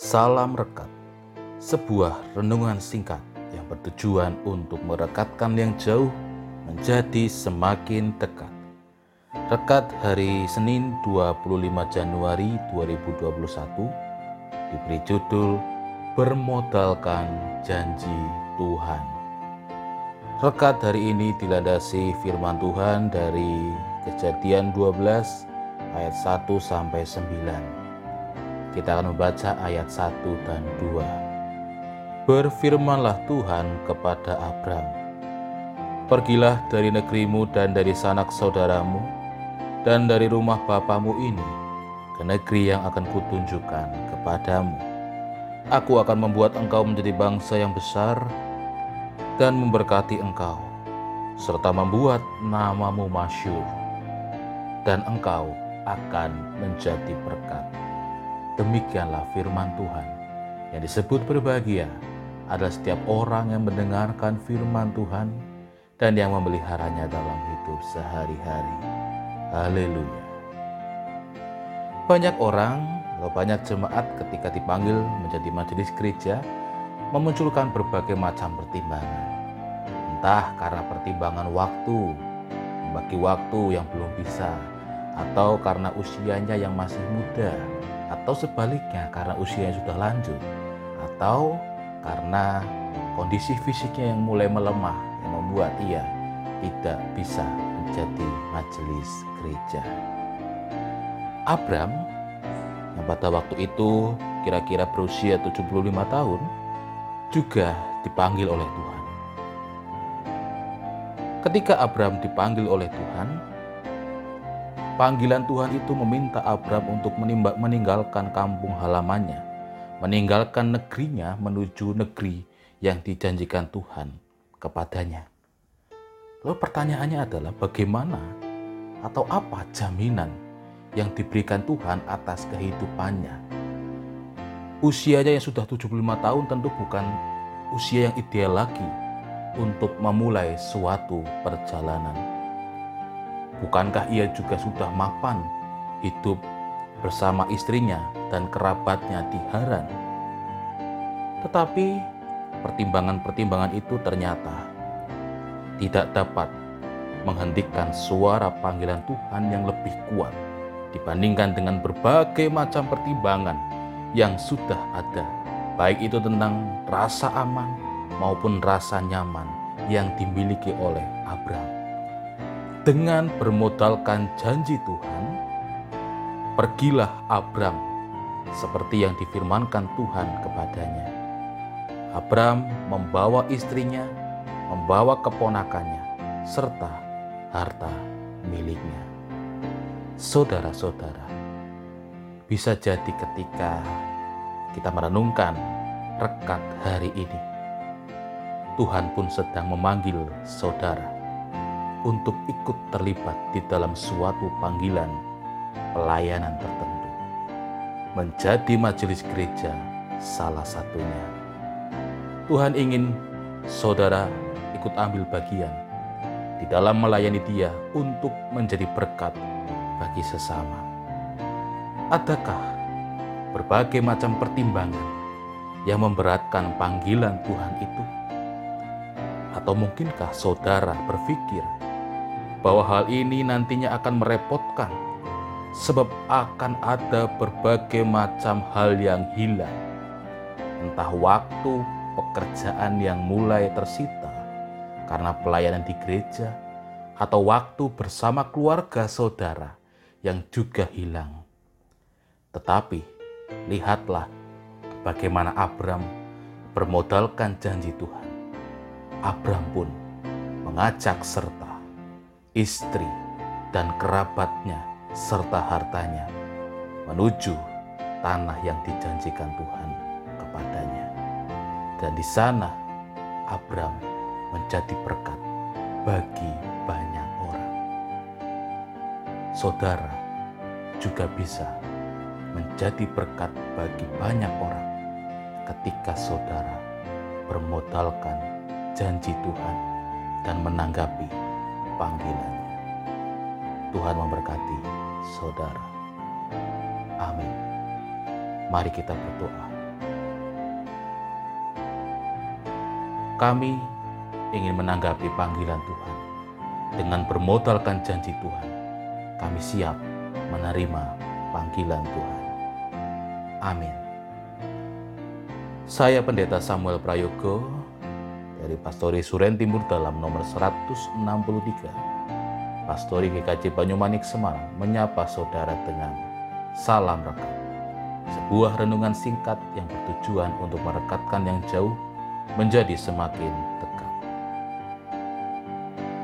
Salam Rekat, sebuah renungan singkat yang bertujuan untuk merekatkan yang jauh menjadi semakin dekat. Rekat hari Senin 25 Januari 2021 diberi judul Bermodalkan Janji Tuhan. Rekat hari ini dilandasi firman Tuhan dari Kejadian 12 ayat 1 sampai 9. Kita akan membaca ayat 1 dan 2. Berfirmanlah Tuhan kepada Abram, "Pergilah dari negerimu dan dari sanak saudaramu dan dari rumah bapamu ini ke negeri yang akan kutunjukkan kepadamu. Aku akan membuat engkau menjadi bangsa yang besar dan memberkati engkau, serta membuat namamu masyhur, dan engkau akan menjadi berkat." Demikianlah firman Tuhan. Yang disebut berbahagia adalah setiap orang yang mendengarkan firman Tuhan dan yang memeliharanya dalam hidup sehari-hari. Haleluya. Banyak orang atau banyak jemaat ketika dipanggil menjadi majelis gereja memunculkan berbagai macam pertimbangan. Entah karena pertimbangan waktu, membagi waktu yang belum bisa, atau karena usianya yang masih muda, atau sebaliknya karena usianya sudah lanjut, atau karena kondisi fisiknya yang mulai melemah yang membuat ia tidak bisa menjadi majelis gereja. Abram yang pada waktu itu kira-kira berusia 75 tahun juga dipanggil oleh Tuhan. Ketika Abram dipanggil oleh Tuhan, panggilan Tuhan itu meminta Abram untuk meninggalkan kampung halamannya, meninggalkan negerinya menuju negeri yang dijanjikan Tuhan kepadanya. Lalu pertanyaannya adalah bagaimana atau apa jaminan yang diberikan Tuhan atas kehidupannya? Usianya yang sudah 75 tahun tentu bukan usia yang ideal lagi untuk memulai suatu perjalanan. Bukankah ia juga sudah mapan hidup bersama istrinya dan kerabatnya di Haran? Tetapi pertimbangan-pertimbangan itu ternyata tidak dapat menghentikan suara panggilan Tuhan yang lebih kuat dibandingkan dengan berbagai macam pertimbangan yang sudah ada, baik itu tentang rasa aman maupun rasa nyaman yang dimiliki oleh Abram. Dengan bermodalkan janji Tuhan, pergilah Abram seperti yang difirmankan Tuhan kepadanya. Abram membawa istrinya, membawa keponakannya, serta harta miliknya. Saudara-saudara, bisa jadi ketika kita merenungkan rekat hari ini, Tuhan pun sedang memanggil saudara untuk ikut terlibat di dalam suatu panggilan pelayanan tertentu. Menjadi majelis gereja salah satunya. Tuhan ingin saudara ikut ambil bagian di dalam melayani Dia untuk menjadi berkat bagi sesama. Adakah berbagai macam pertimbangan yang memberatkan panggilan Tuhan itu? Atau mungkinkah saudara berpikir bahwa hal ini nantinya akan merepotkan, sebab akan ada berbagai macam hal yang hilang, entah waktu, pekerjaan yang mulai tersita karena pelayanan di gereja, atau waktu bersama keluarga saudara yang juga hilang. Tetapi lihatlah bagaimana Abram bermodalkan janji Tuhan. Abram pun mengajak serta istri dan kerabatnya serta hartanya menuju tanah yang dijanjikan Tuhan kepadanya. Dan di sana Abram menjadi berkat bagi banyak orang. Saudara juga bisa menjadi berkat bagi banyak orang ketika saudara bermodalkan janji Tuhan dan menanggapi panggilannya. Tuhan memberkati saudara. Amin. Mari kita berdoa. kami ingin menanggapi panggilan Tuhan. Dengan bermodalkan janji Tuhan, kami siap menerima panggilan Tuhan. Amin. Saya Pendeta Samuel Prayogo dari Pastori Suren Timur Dalam nomor 163, Pastori GKJ Banyumanik Semarang, menyapa saudara dengan salam rekat. Sebuah renungan singkat yang bertujuan untuk merekatkan yang jauh menjadi semakin dekat.